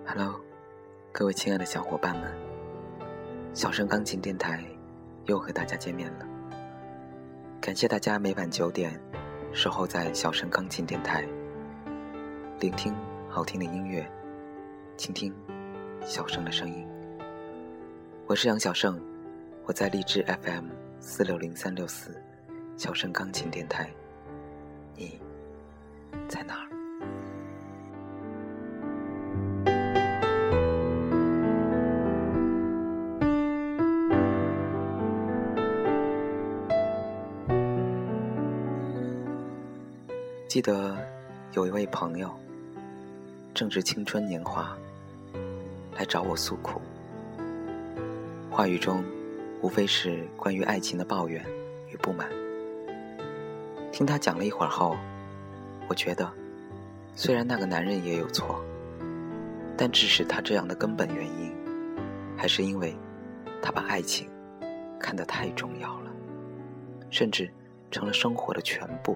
Hello， 各位亲爱的小伙伴们，小声钢琴电台又和大家见面了。感谢大家每晚9点守候在小声钢琴电台，聆听好听的音乐，倾听小声的声音。我是杨小胜，我在荔枝 FM 460364小声钢琴电台，你在哪儿？记得有一位朋友正值青春年华，来找我诉苦，话语中无非是关于爱情的抱怨与不满。听他讲了一会儿后，我觉得虽然那个男人也有错，但致使他这样的根本原因，还是因为他把爱情看得太重要了，甚至成了生活的全部。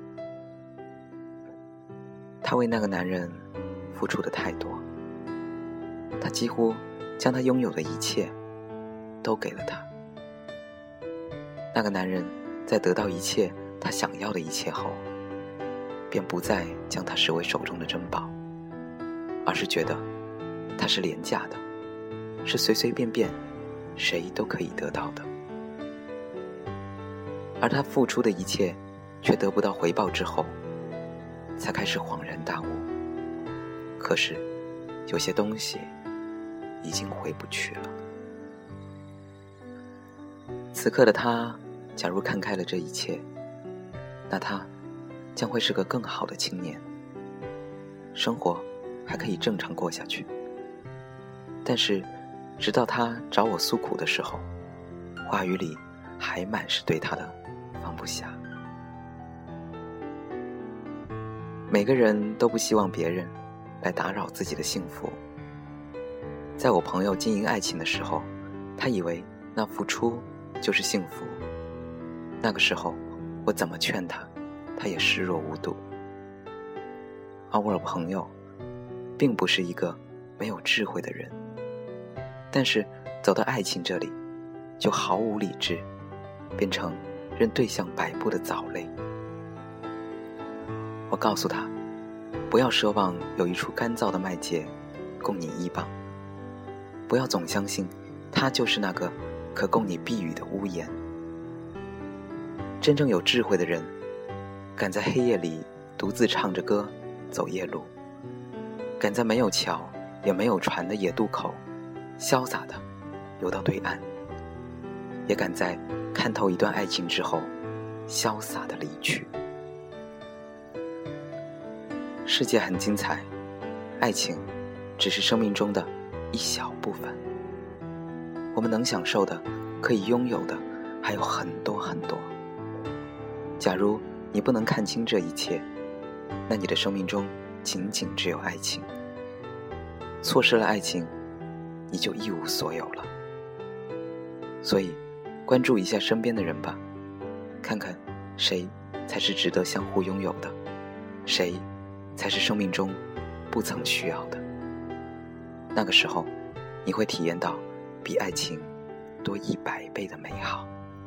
他为那个男人付出的太多，他几乎将他拥有的一切都给了他。那个男人在得到一切他想要的一切后，便不再将他视为手中的珍宝，而是觉得他是廉价的，是随随便便谁都可以得到的。而他付出的一切却得不到回报之后，才开始恍然大悟，可是有些东西已经回不去了。此刻的他假如看开了这一切，那他将会是个更好的青年，生活还可以正常过下去。但是直到他找我诉苦的时候，话语里还满是对他的放不下。每个人都不希望别人来打扰自己的幸福。在我朋友经营爱情的时候，他以为那付出就是幸福。那个时候我怎么劝他，他也视若无睹。而我的朋友并不是一个没有智慧的人，但是走到爱情这里就毫无理智，变成任对象摆布的藻类。我告诉他，不要奢望有一处干燥的麦秸供你依傍，不要总相信他就是那个可供你避雨的屋檐。真正有智慧的人，敢在黑夜里独自唱着歌走夜路，敢在没有桥也没有船的野渡口潇洒地游到对岸，也敢在看透一段爱情之后潇洒地离去。世界很精彩，爱情只是生命中的一小部分。我们能享受的，可以拥有的还有很多很多。假如你不能看清这一切，那你的生命中仅仅只有爱情。错失了爱情，你就一无所有了。所以关注一下身边的人吧，看看谁才是值得相互拥有的，谁才是生命中不曾需要的。那个时候你会体验到比爱情多100倍的美好。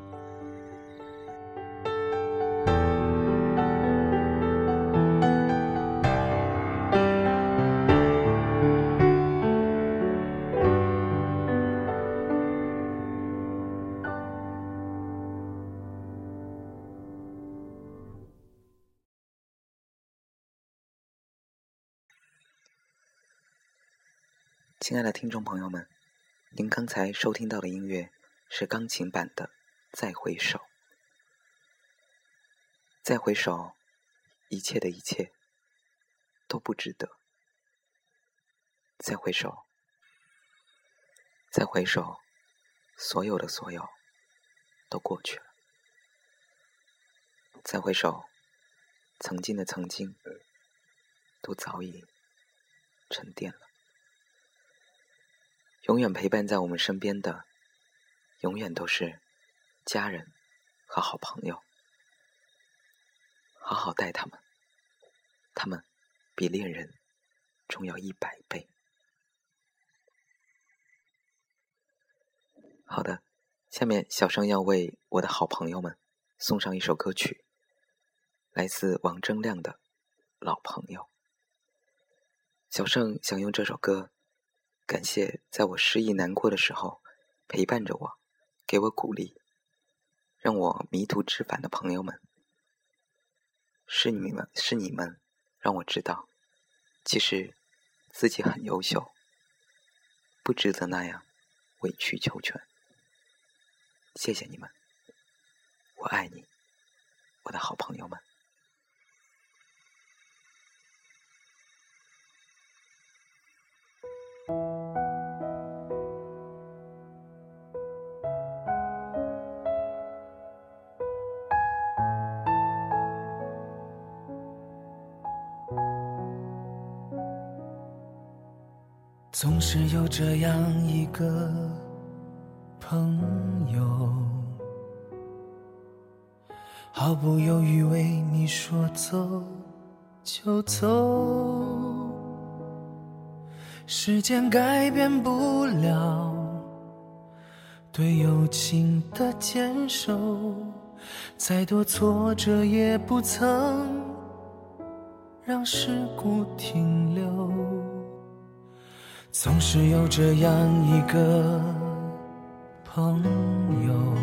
亲爱的听众朋友们，您刚才收听到的音乐是钢琴版的《再回首》。再回首，一切的一切都不值得。再回首，再回首，所有的所有都过去了。再回首，曾经的曾经都早已沉淀了。永远陪伴在我们身边的，永远都是家人和好朋友。好好待他们，他们比恋人重要100倍。 好的，下面小生要为我的好朋友们送上一首歌曲，来自王铮亮的《老朋友》。小生想用这首歌感谢在我失意难过的时候陪伴着我，给我鼓励，让我迷途知返的朋友们。是你们让我知道，其实自己很优秀，不值得那样委曲求全。谢谢你们，我爱你，我的好朋友们。 总是有这样一个朋友，毫不犹豫为你说走就走，时间改变不了对友情的坚守，再多挫折也不曾让事故停留。总是有这样一个朋友，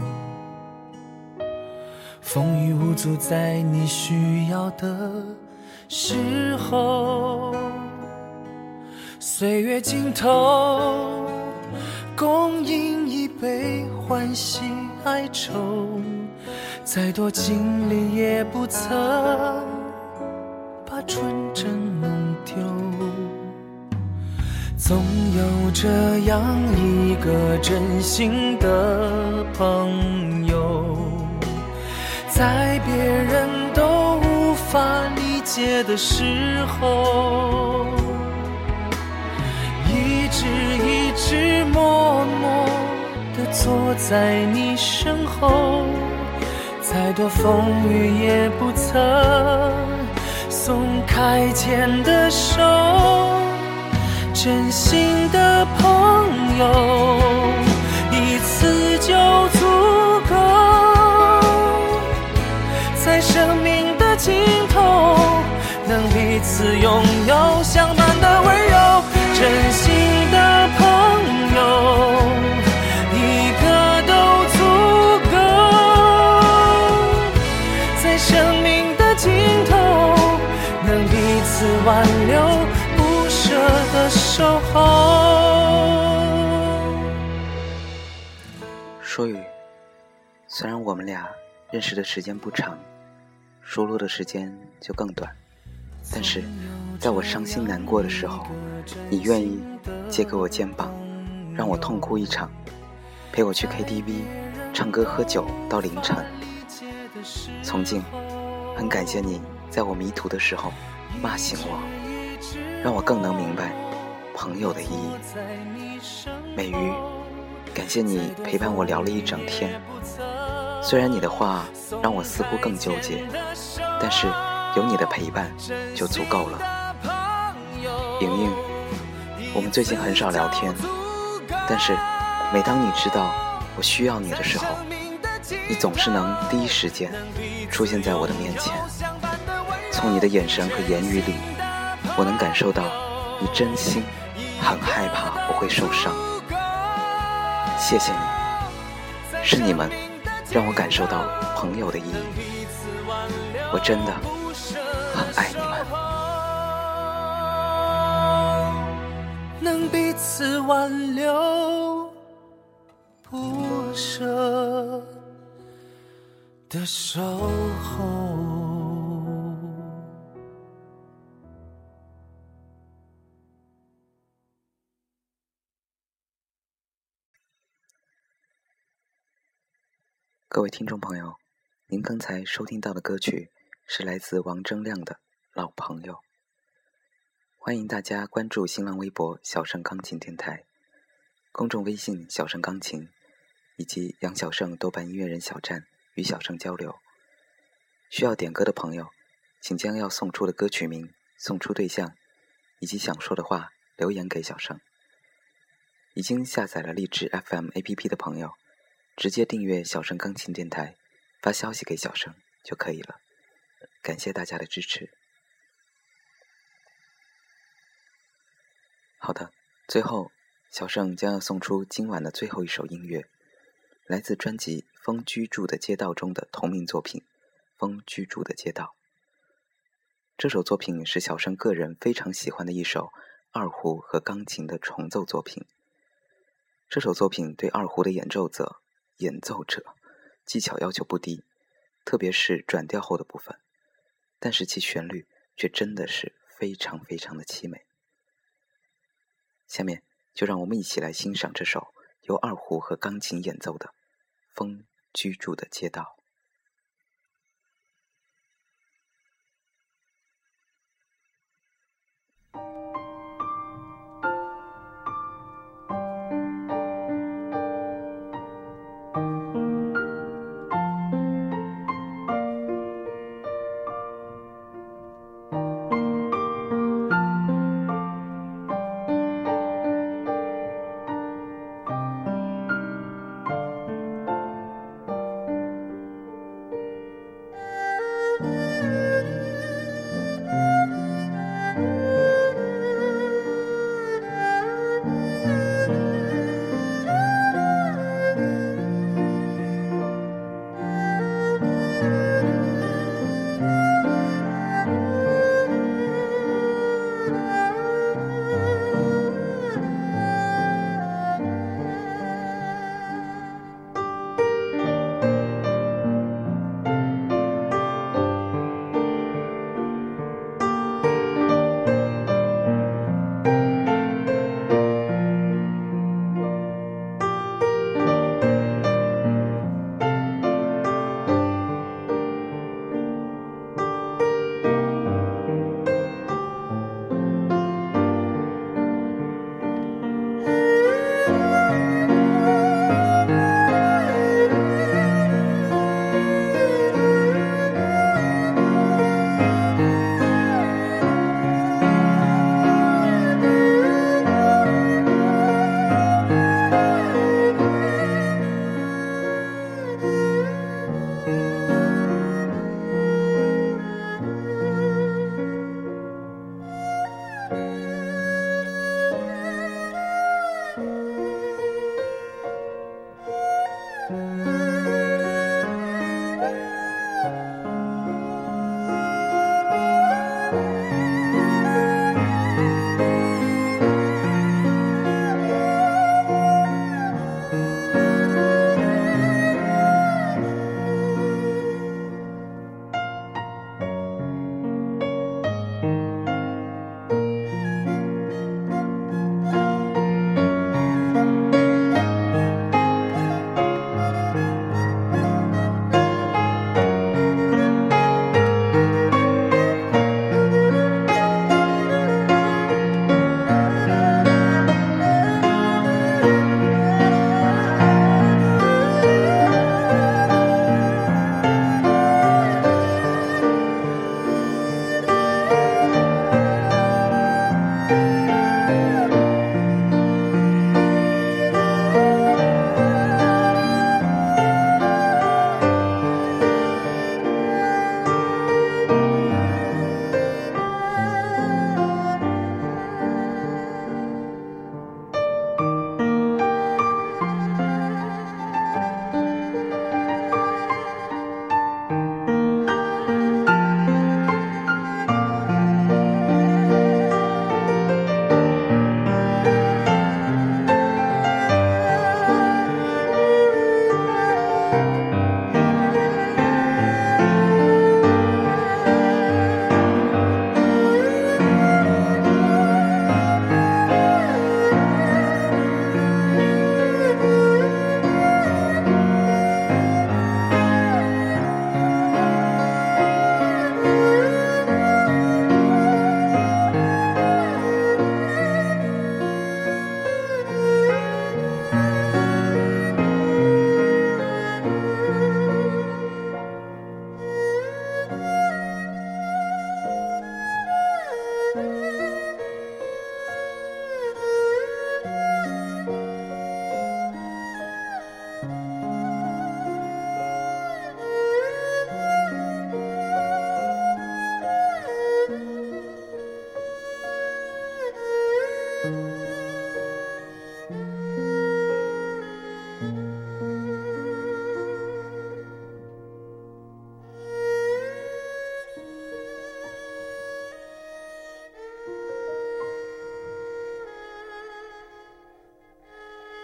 风雨无阻在你需要的时候，岁月尽头共饮一杯欢喜哀愁，再多经历也不曾把纯真弄丢。总有这样一个真心的朋友，在别人都无法理解的时候，一直默默地坐在你身后，再多风雨也不曾松开牵的手。真心的朋友，一次就足够，在生命的尽头，能彼此拥有相伴的温柔。真心的朋友，一个都足够，在生命的尽头，能彼此挽留，不舍的守候。 说语，虽然我们俩认识的时间不长，熟络的时间就更短，但是在我伤心难过的时候，你愿意借给我肩膀，让我痛哭一场，陪我去 KTV 唱歌喝酒到凌晨。从今很感谢你在我迷途的时候骂醒我，让我更能明白朋友的意义。美鱼，感谢你陪伴我聊了一整天，虽然你的话让我似乎更纠结，但是有你的陪伴就足够了。莹莹，我们最近很少聊天，但是每当你知道我需要你的时候，你总是能第一时间出现在我的面前。从你的眼神和言语里，我能感受到你真心很害怕我会受伤。谢谢你，是你们让我感受到朋友的意义，我真的很爱你们。 能彼此挽留，不舍的守候。 各位听众朋友，您刚才收听到的歌曲是来自王铮亮的《老朋友》。欢迎大家关注新浪微博小盛钢琴电台，公众微信小盛钢琴，以及杨小盛豆瓣音乐人小站与小盛交流。需要点歌的朋友，请将要送出的歌曲名、送出对象以及想说的话留言给小盛。 已经下载了荔枝 FM APP 的朋友，直接订阅小声钢琴电台，发消息给小声就可以了。感谢大家的支持。好的，最后小盛将要送出今晚的最后一首音乐，来自专辑《风居住的街道》中的同名作品《风居住的街道》。这首作品是小盛个人非常喜欢的一首二胡和钢琴的重奏作品。这首作品对二胡的演奏者技巧要求不低，特别是转调后的部分，但是其旋律却真的是非常非常的凄美。下面就让我们一起来欣赏这首由二胡和钢琴演奏的《风居住的街道》。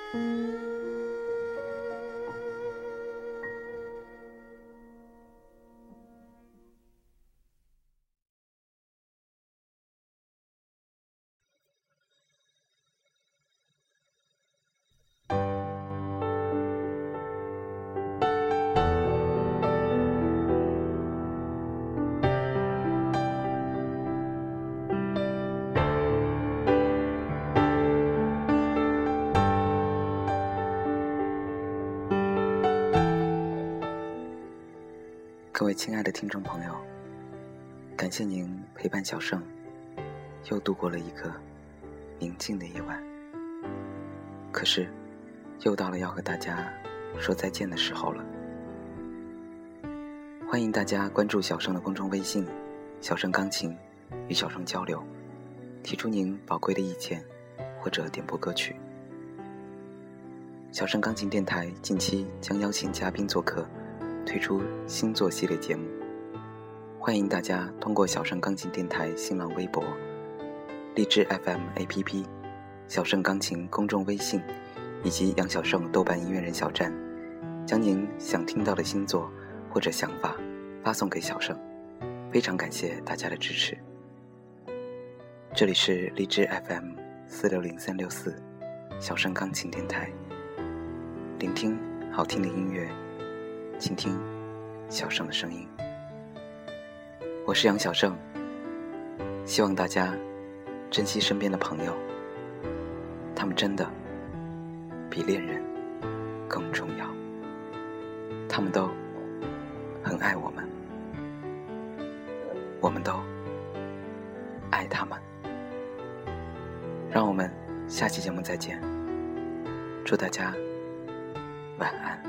各位亲爱的听众朋友，感谢您陪伴小盛又度过了一个宁静的夜晚。可是又到了要和大家说再见的时候了。欢迎大家关注小盛的公众微信小盛钢琴，与小盛交流，提出您宝贵的意见或者点播歌曲。小盛钢琴电台近期将邀请嘉宾做客，推出星座系列节目，欢迎大家通过小盛钢琴电台新浪微博、荔枝 FM APP、小盛钢琴公众微信以及杨小盛豆瓣音乐人小站，将您想听到的星座或者想法发送给小盛。非常感谢大家的支持。这里是荔枝 FM 460364小盛钢琴电台，聆听好听的音乐，倾听小盛的声音。我是杨小盛，希望大家珍惜身边的朋友，他们真的比恋人更重要，他们都很爱我们，我们都爱他们。让我们下期节目再见，祝大家晚安。